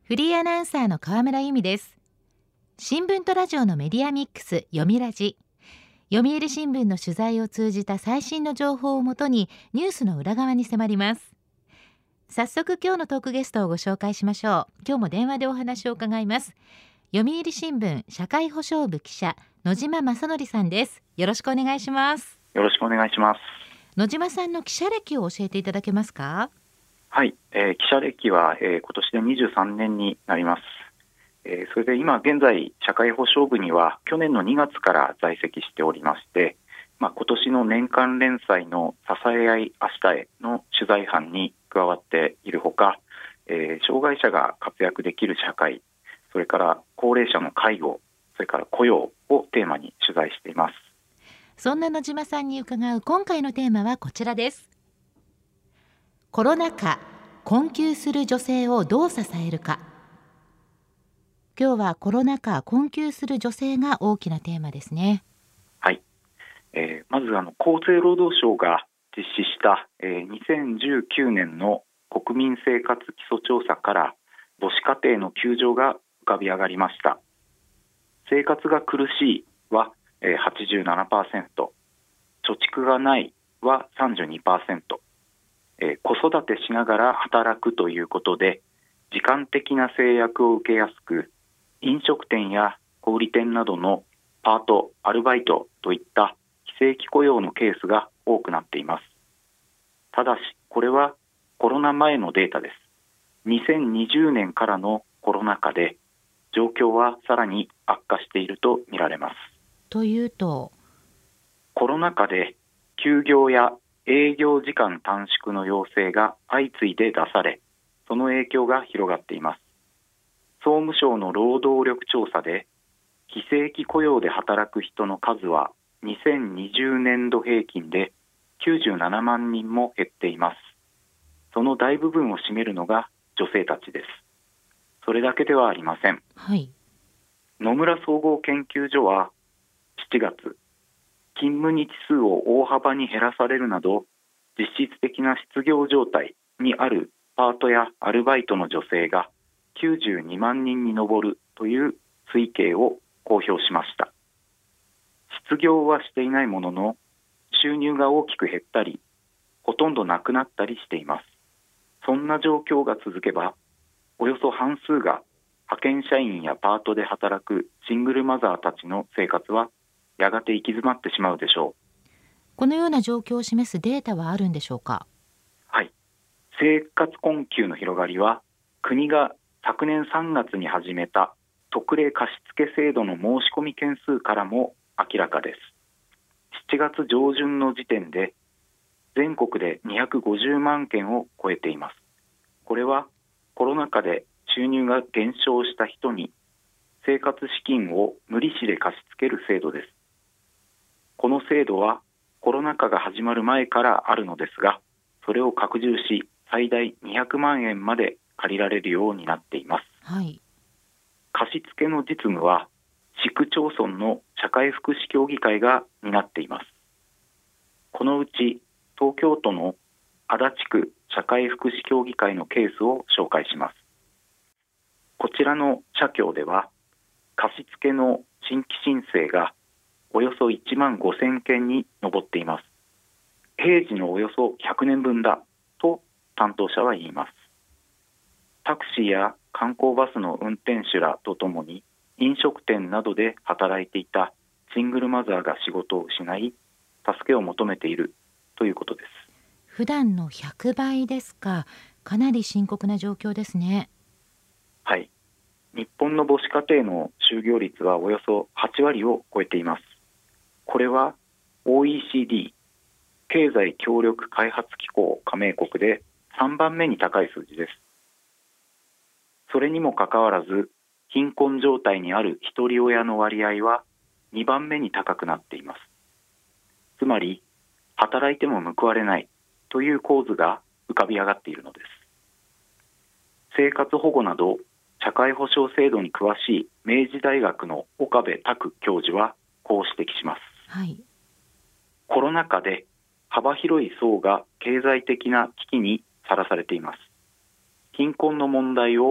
フリーアナウンサーの河村由美です。新聞とラジオのメディアミックス読みラジ。読売新聞の取材を通じた最新の情報をもとにニュースの裏側に迫ります。早速今日のトークゲストをご紹介しましょう。今日も電話でお話を伺います。読売新聞社会保障部記者野島正則さんです。よろしくお願いします。 よろしくお願いします。 野島さんの記者歴を教えていただけますか？ はい、記者歴は、今年で23年になります。それで今現在社会保障部には去年の2月から在籍しておりまして、今年の年間連載の支え合い明日への取材班に加わっているほか、障害者が活躍できる社会、それから高齢者の介護、それから雇用をテーマに取材しています。 そんな野島さんに伺う今回のテーマはこちらです。コロナ禍、困窮する女性をどう支えるか。今日はコロナ禍、困窮する女性が大きなテーマですね。 はい、まず厚生労働省が実施した、2019年の国民生活基礎調査から母子家庭の窮状が浮かび上がりました。生活が苦しいは、87%、貯蓄がないは 32%、子育てしながら働くということで時間的な制約を受けやすく、飲食店や小売店などのパート、アルバイトといった非正規雇用のケースが多くなっています。ただしこれはコロナ前のデータです。2020年からのコロナ禍で状況はさらに悪化していると見られます。 というと、 コロナ禍で休業や営業時間短縮の要請が相次いで出され、その影響が広がっています。総務省の労働力調査で非正規雇用で働く人の数は2020年度平均で97万人も減っています。その大部分を占めるのが女性たちです。それだけではありません。 はい、 野村総合研究所は7月、勤務日数を大幅に減らされるなど実質的な失業状態にあるパートやアルバイトの女性が92万人に上るという推計を公表しました。失業はしていないものの収入が大きく減ったりほとんどなくなったりしています。そんな状況が続けばおよそ半数が派遣社員やパートで働くシングルマザーたちの生活はやがて行き詰まってしまうでしょう。 このような状況を示すデータはあるんでしょうか？ はい、生活困窮の広がりは国が昨年3月に始めた特例貸付制度の申し込み件数からも明らかです。7月上旬の時点で全国で250万件を超えています。これはコロナ禍で収入が減少した人に生活資金を無利子で貸し付ける制度です。この制度はコロナ禍が始まる前からあるのですが、それを拡充し最大200万円まで借りられるようになっています。 はい、 貸付の実務は市区町村の社会福祉協議会が担っています。このうち東京都の足立区社会福祉協議会のケースを紹介します。こちらの社協では貸付の新規申請がおよそ1万5000件に上っています。平時のおよそ100年分だと担当者は言います。タクシーや観光バスの運転手らとともに飲食店などで働いていたシングルマザーが仕事を失い助けを求めているということです。 普段の100倍ですか。かなり深刻な状況ですね。 はい、日本の母子家庭の就業率はおよそ8割を超えています。これは OECD 経済協力開発機構加盟国で3番目に高い数字です。それにもかかわらず貧困状態にあるひとり親の割合は2番目に高くなっています。つまり働いても報われないという構図が浮かび上がっているのです。生活保護など社会保障制度に詳しい明治大学の岡部拓教授はこう指摘します。 はい、 コロナ禍で幅広い層が経済的な危機にさらされています。貧困の問題を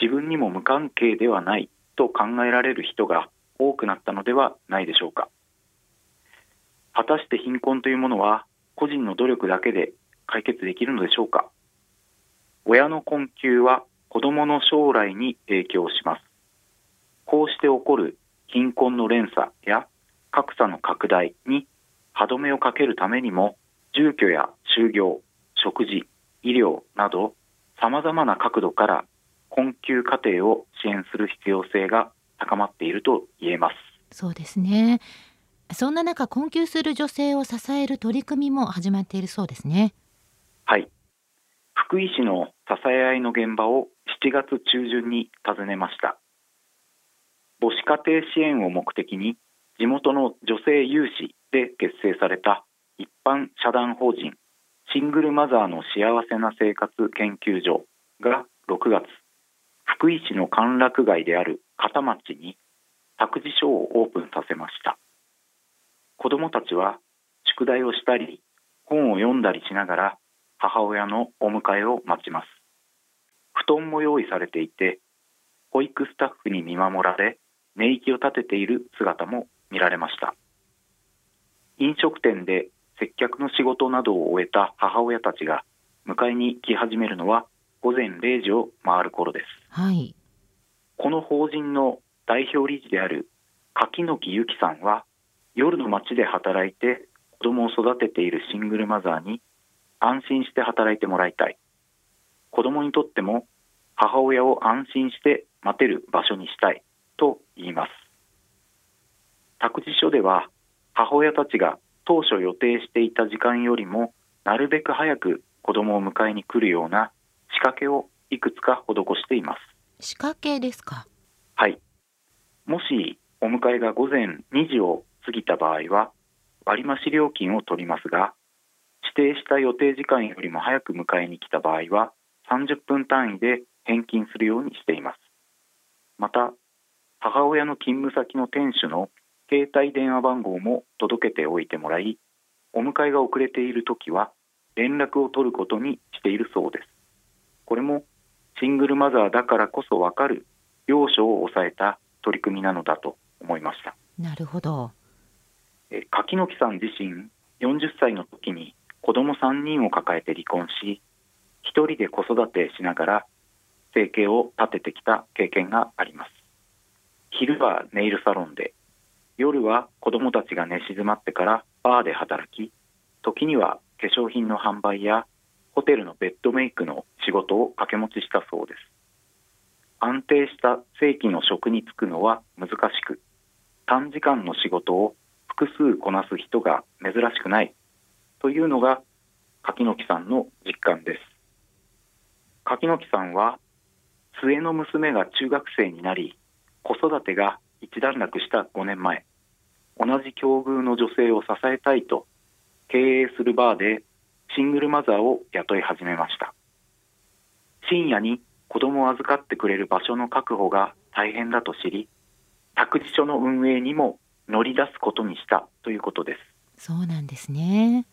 自分にも無関係ではないと考えられる人が多くなったのではないでしょうか。果たして貧困というものは個人の努力だけで解決できるのでしょうか。親の困窮は子どもの将来に影響します。こうして起こる貧困の連鎖や格差の拡大に歯止めをかけるためにも、住居や就業、食事、医療などさまざまな角度から困窮家庭を支援する必要性が高まっていると言えます。 そうですね。そんな中、困窮する女性を支える取り組みも始まっているそうですね。 はい、福井市の支え合いの現場を7月中旬に訪ねました。母子家庭支援を目的に地元の女性有志で結成された一般社団法人シングルマザーの幸せな生活研究所が6月、福井市の歓楽街である片町に託児所をオープンさせました。子どもたちは宿題をしたり本を読んだりしながら母親のお迎えを待ちます。布団も用意されていて、保育スタッフに見守られ寝息を立てている姿も見られました。飲食店で接客の仕事などを終えた母親たちが迎えに来始めるのは午前0時を回る頃です。 はい。 この法人の代表理事である柿木由紀さんは、夜の街で働いて子供を育てているシングルマザーに安心して働いてもらいたい、子供にとっても母親を安心して待てる場所にしたいと言います。託児所では母親たちが当初予定していた時間よりもなるべく早く子供を迎えに来るような仕掛けをいくつか施しています。 仕掛けですか。 はい。もしお迎えが午前2時を過ぎた場合は割増料金を取りますが、指定した予定時間よりも早く迎えに来た場合は30分単位で返金するようにしています。また、母親の勤務先の店主の携帯電話番号も届けておいてもらい、お迎えが遅れているときは連絡を取ることにしているそうです。これもシングルマザーだからこそわかる要所を抑えた取り組みなのだと思いました。 なるほど。 柿木さん自身40歳の時に子供3人を抱えて離婚し、一人で子育てしながら生計を立ててきた経験があります。昼はネイルサロンで、夜は子供たちが寝静まってからバーで働き、時には化粧品の販売やホテルのベッドメイクの仕事を掛け持ちしたそうです。安定した正規の職に就くのは難しく、短時間の仕事を複数こなす人が珍しくないというのが柿木さんの実感です。柿木さんは末の娘が中学生になり、子育てが一段落した5年前、同じ境遇の女性を支えたいと経営するバーでシングルマザーを雇い始めました。深夜に子供を預かってくれる場所の確保が大変だと知り、託児所の運営にも乗り出すことにしたということです。 そうなんですね。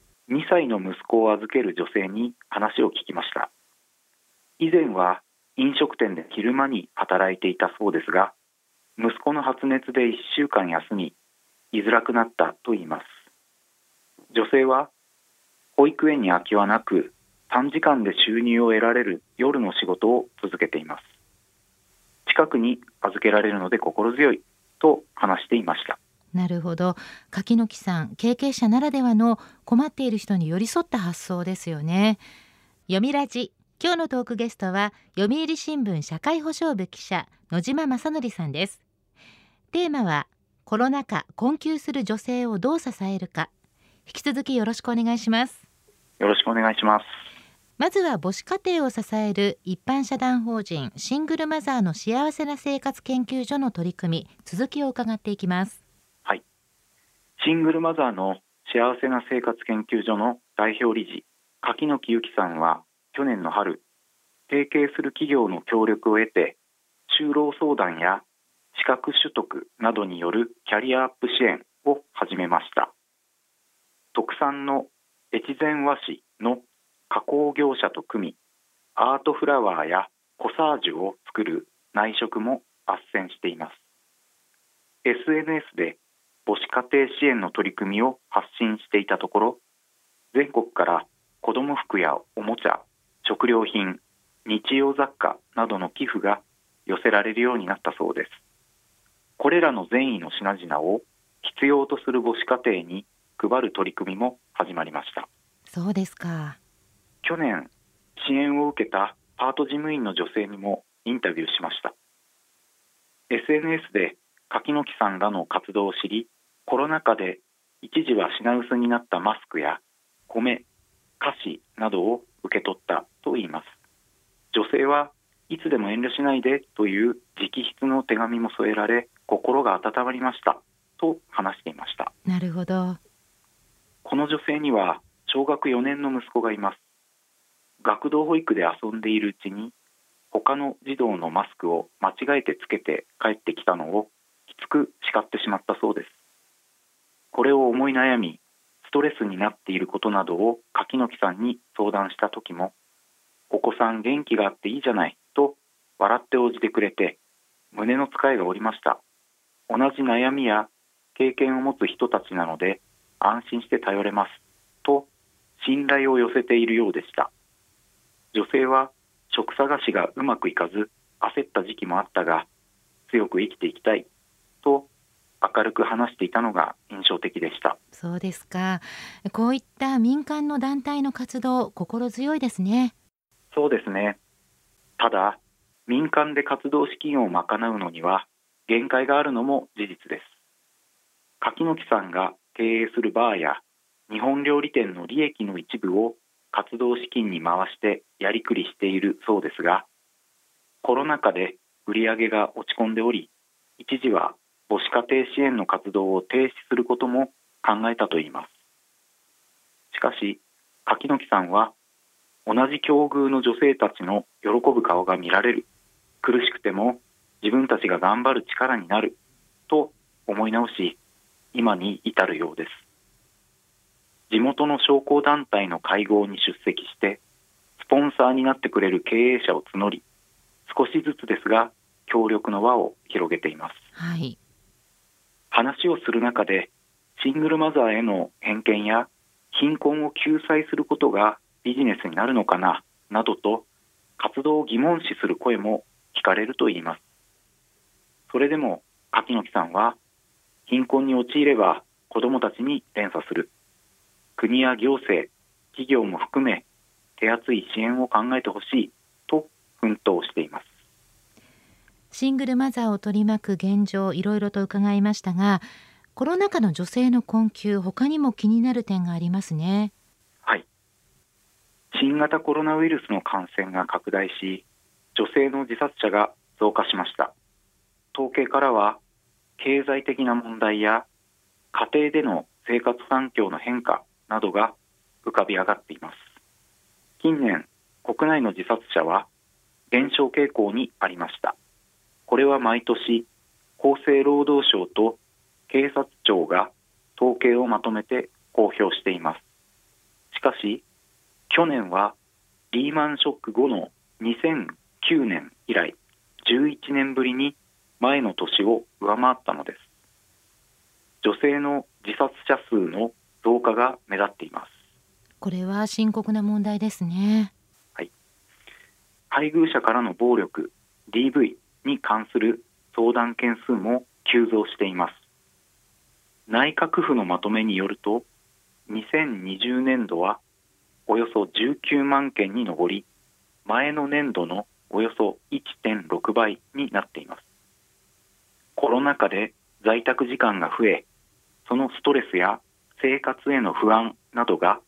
2歳の息子を預ける女性に話を聞きました。以前は飲食店で昼間に働いていたそうですが、息子の発熱で1週間休み、居づらくなったと言います。女性は保育園に空きはなく、短時間で収入を得られる夜の仕事を続けています。近くに預けられるので心強いと話していました。 なるほど。柿木さん、経験者ならではの困っている人に寄り添った発想ですよね。読みラジ、今日のトークゲストは読売新聞社会保障部記者野島正則さんです。テーマはコロナ禍困窮する女性をどう支えるか。引き続きよろしくお願いします。 よろしくお願いします。 まずは母子家庭を支える一般社団法人シングルマザーの幸せな生活研究所の取り組み、続きを伺っていきます。 はい、シングルマザーの幸せな生活研究所の代表理事柿木由紀さんは去年の春、提携する企業の協力を得て就労相談や資格取得などによるキャリアアップ支援を始めました。特産の越前和紙の加工業者と組み、アートフラワーやコサージュを作る内職も斡旋しています。 SNS で母子家庭支援の取り組みを発信していたところ、全国から子ども服やおもちゃ、食料品、日用雑貨などの寄付が寄せられるようになったそうです。これらの善意の品々を必要とする母子家庭に配る取り組みも始まりました。 そうですか。 去年支援を受けたパート事務員の女性にもインタビューしました。 SNS で柿の木さんらの活動を知り、コロナ禍で一時は品薄になったマスクや米、菓子などを受け取ったといいます。女性はいつでも遠慮しないでという直筆の手紙も添えられ、心が温まりましたと話していました。 なるほど。 この女性には小学4年の息子がいます。学童保育で遊んでいるうちに他の児童のマスクを間違えてつけて帰ってきたのをきつく叱ってしまったそうです。これを思い悩み、ストレスになっていることなどを柿の木さんに相談した時も、お子さん元気があっていいじゃないと笑って応じてくれて、胸の使いが下りました。同じ悩みや経験を持つ人たちなので安心して頼れますと信頼を寄せているようでした。女性は職探しがうまくいかず焦った時期もあったが、強く生きていきたいと明るく話していたのが印象的でした。 そうですか。こういった民間の団体の活動、心強いですね。 そうですね。ただ民間で活動資金を賄うのには限界があるのも事実です。柿の木さんが経営するバーや日本料理店の利益の一部を活動資金に回してやりくりしているそうですが、コロナ禍で売り上げが落ち込んでおり、一時は母子家庭支援の活動を停止することも考えたといいます。しかし柿の木さんは、同じ境遇の女性たちの喜ぶ顔が見られる、苦しくても自分たちが頑張る力になると思い直し、今に至るようです。地元の商工団体の会合に出席してスポンサーになってくれる経営者を募り、少しずつですが協力の輪を広げています。 はい。 話をする中でシングルマザーへの偏見や貧困を救済することがビジネスになるのかななどと活動を疑問視する声も聞かれるといいます。それでも柿の木さんは、貧困に陥れば子どもたちに連鎖する、国や行政、企業も含め手厚い支援を考えてほしいと奮闘しています。 シングルマザーを取り巻く現状、いろいろと伺いましたが、コロナ禍の女性の困窮、他にも気になる点がありますね。 はい。新型コロナウイルスの感染が拡大し、女性の自殺者が増加しました。統計からは経済的な問題や家庭での生活環境の変化などが浮かび上がっています。近年国内の自殺者は減少傾向にありました。これは毎年厚生労働省と警察庁が統計をまとめて公表しています。しかし去年はリーマンショック後の2009年以来11年ぶりに前の年を上回ったのです。女性の自殺者数の増加が目立っています。 これは深刻な問題ですね。 はい。配偶者からの暴力 DV に関する相談件数も急増しています。内閣府のまとめによると、2020年度はおよそ19万件に上り、前の年度のおよそ 1.6 倍になっています。コロナ禍で在宅時間が増え、そのストレスや生活への不安などが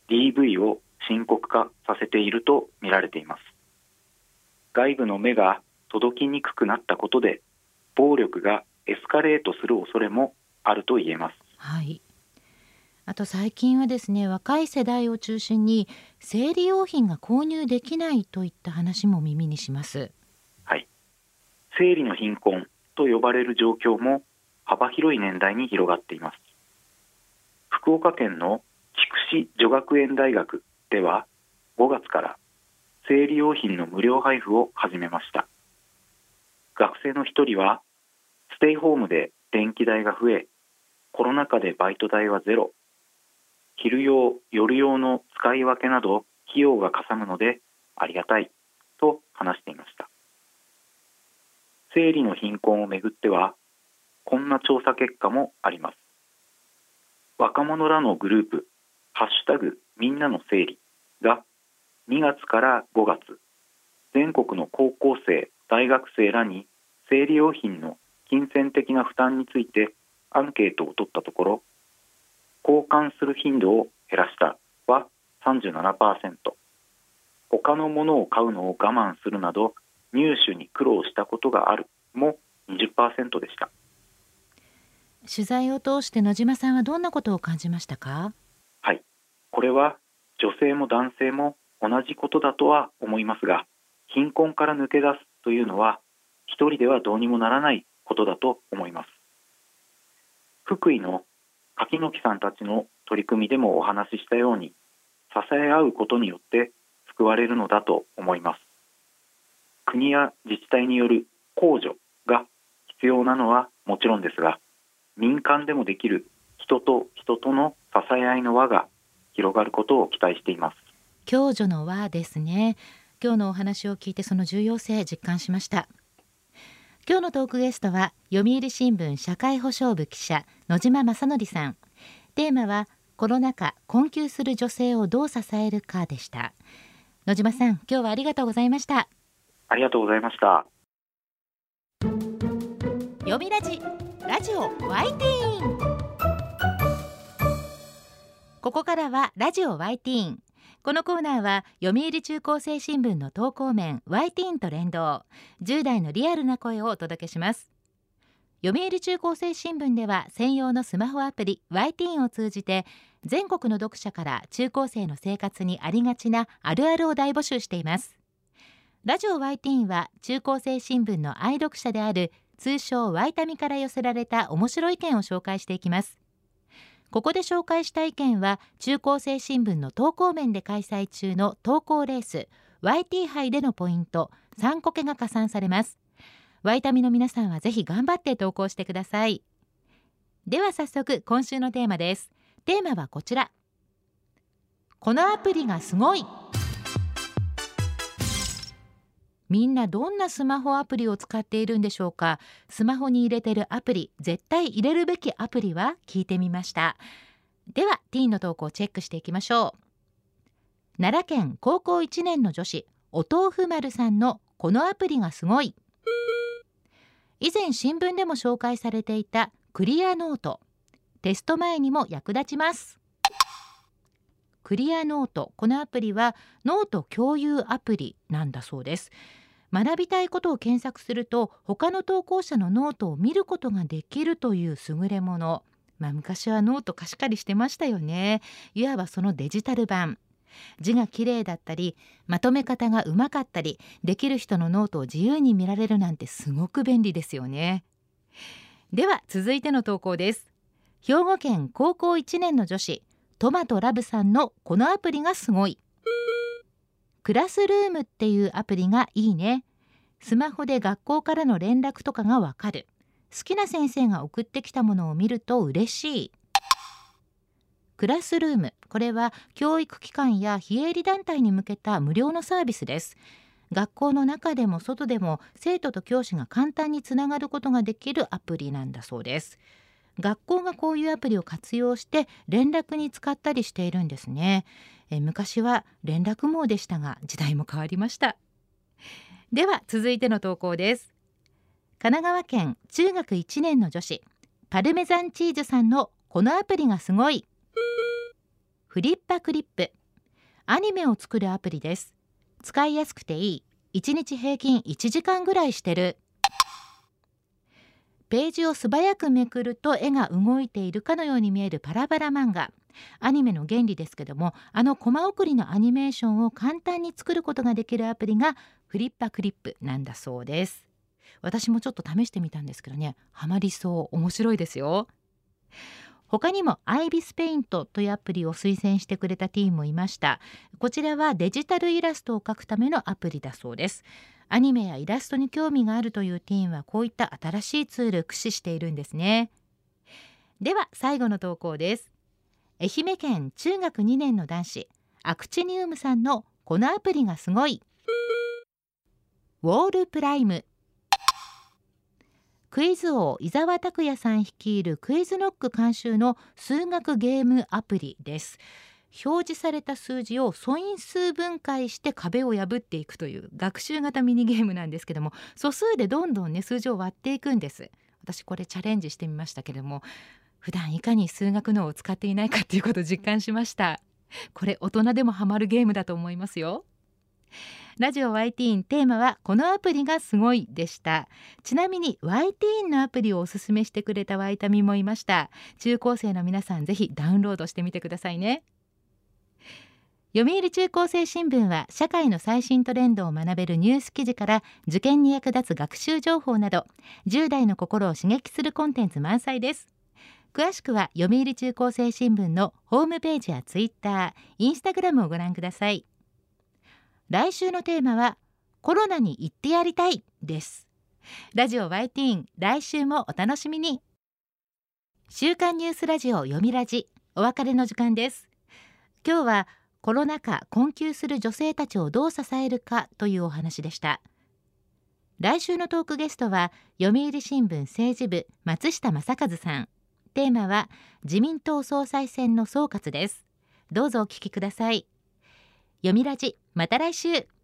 DV を深刻化させていると見られています。外部の目が届きにくくなったことで、暴力がエスカレートする恐れもあると言えます。 はい。あと最近はですね、若い世代を中心に生理用品が購入できないといった話も耳にします。 はい。生理の貧困と呼ばれる状況も幅広い年代に広がっています。福岡県の筑紫女学園大学では5月から生理用品の無料配布を始めました。学生の一人は、ステイホームで電気代が増え、コロナ禍でバイト代はゼロ、昼用夜用の使い分けなど費用がかさむのでありがたいと話していました。生理の貧困をめぐっては、こんな調査結果もあります。若者らのグループハッシュタグみんなの生理が2月から5月、全国の高校生大学生らに生理用品の金銭的な負担についてアンケートを取ったところ、交換する頻度を減らしたは 37%、 他のものを買うのを我慢するなど入手に苦労したことがあるも 20% でした。 取材を通して野島さんはどんなことを感じましたか？ はい、これは女性も男性も同じことだとは思いますが、貧困から抜け出すというのは一人ではどうにもならないことだと思います。福井の柿の木さんたちの取り組みでもお話ししたように、支え合うことによって救われるのだと思います。国や自治体による公助が必要なのはもちろんですが、民間でもできる人と人との支え合いの輪が広がることを期待しています。 共助の輪ですね。今日のお話を聞いてその重要性実感しました。今日のトークゲストは読売新聞社会保障部記者野島正則さん。テーマはコロナ禍困窮する女性をどう支えるかでした。野島さん、今日はありがとうございました。 ありがとうございました。 読みラジラジオワイティーン。ここからはラジオワイティーン。このコーナーは読売中高生新聞の投稿面ワイティーンと連動、10代のリアルな声をお届けします。読売中高生新聞では専用のスマホアプリワイティーンを通じて、全国の読者から中高生の生活にありがちなあるあるを大募集しています。ラジオワイティーンは中高生新聞の愛読者である通称ワイタミから寄せられた面白い意見を紹介していきます。ここで紹介した意見は中高生新聞の投稿面で開催中の投稿レース YT 杯でのポイント3コケが加算されます。ワイタミの皆さんはぜひ頑張って投稿してください。では早速今週のテーマです。テーマはこちら。このアプリがすごい。みんなどんなスマホアプリを使っているんでしょうか。スマホに入れてるアプリ、絶対入れるべきアプリは聞いてみました。ではティーンの投稿をチェックしていきましょう。奈良県高校1年の女子お豆腐丸さんのこのアプリがすごい。以前新聞でも紹介されていたクリアノート、テスト前にも役立ちます。クリアノート、このアプリはノート共有アプリなんだそうです。学びたいことを検索すると他の投稿者のノートを見ることができるという優れもの。昔はノート貸し借りしてましたよね。いわばそのデジタル版。字が綺麗だったりまとめ方がうまかったり、できる人のノートを自由に見られるなんてすごく便利ですよね。では続いての投稿です。兵庫県高校1年の女子トマトラブさんのこのアプリがすごい。クラスルームっていうアプリがいいね。スマホで学校からの連絡とかがわかる。好きな先生が送ってきたものを見ると嬉しい。クラスルーム、これは教育機関や非営利団体に向けた無料のサービスです。学校の中でも外でも生徒と教師が簡単につながることができるアプリなんだそうです。学校がこういうアプリを活用して連絡に使ったりしているんですね。昔は連絡網でしたが時代も変わりました。では続いての投稿です。神奈川県中学1年の女子パルメザンチーズさんのこのアプリがすごい。フリッパクリップ、アニメを作るアプリです。使いやすくていい。1日平均1時間ぐらいしてる。ページを素早くめくると絵が動いているかのように見えるパラパラ漫画。アニメの原理ですけども、コマ送りのアニメーションを簡単に作ることができるアプリがフリッパクリップなんだそうです。私もちょっと試してみたんですけどね、ハマりそう。面白いですよ。 他にもアイビスペイントというアプリを推薦してくれたティーンもいました。こちらはデジタルイラストを描くためのアプリだそうです。アニメやイラストに興味があるというティーンはこういった新しいツールを駆使しているんですね。では最後の投稿です。愛媛県中学2年の男子アクチニウムさんのこのアプリがすごい。ウォールプライム。クイズ王伊沢拓也さん率いるクイズノック監修の数学ゲームアプリです。表示された数字を素因数分解して壁を破っていくという学習型ミニゲームなんですけども、素数でどんどんね数字を割っていくんです。私これチャレンジしてみましたけれども、普段いかに数学脳を使っていないかっていうことを実感しました。これ大人でもハマるゲームだと思いますよ。ラジオ Y ティーンテーマはこのアプリがすごいでした。ちなみに Y ティーンのアプリをおすすめしてくれたワイタミもいました。中高生の皆さんぜひダウンロードしてみてくださいね。読売中高生新聞は社会の最新トレンドを学べるニュース記事から受験に役立つ学習情報など10代の心を刺激するコンテンツ満載です。詳しくは読売中高生新聞のホームページやツイッター、インスタグラムをご覧ください。来週のテーマはコロナに言ってやりたいです。ラジオ Y ティーン、来週もお楽しみに。週刊ニュースラジオ読みラジ、お別れの時間です。今日はコロナ禍困窮する女性たちをどう支えるかというお話でした。来週のトークゲストは読売新聞政治部松下正和さん。テーマは自民党総裁選の総括です。どうぞお聞きください。読みラジ、また来週。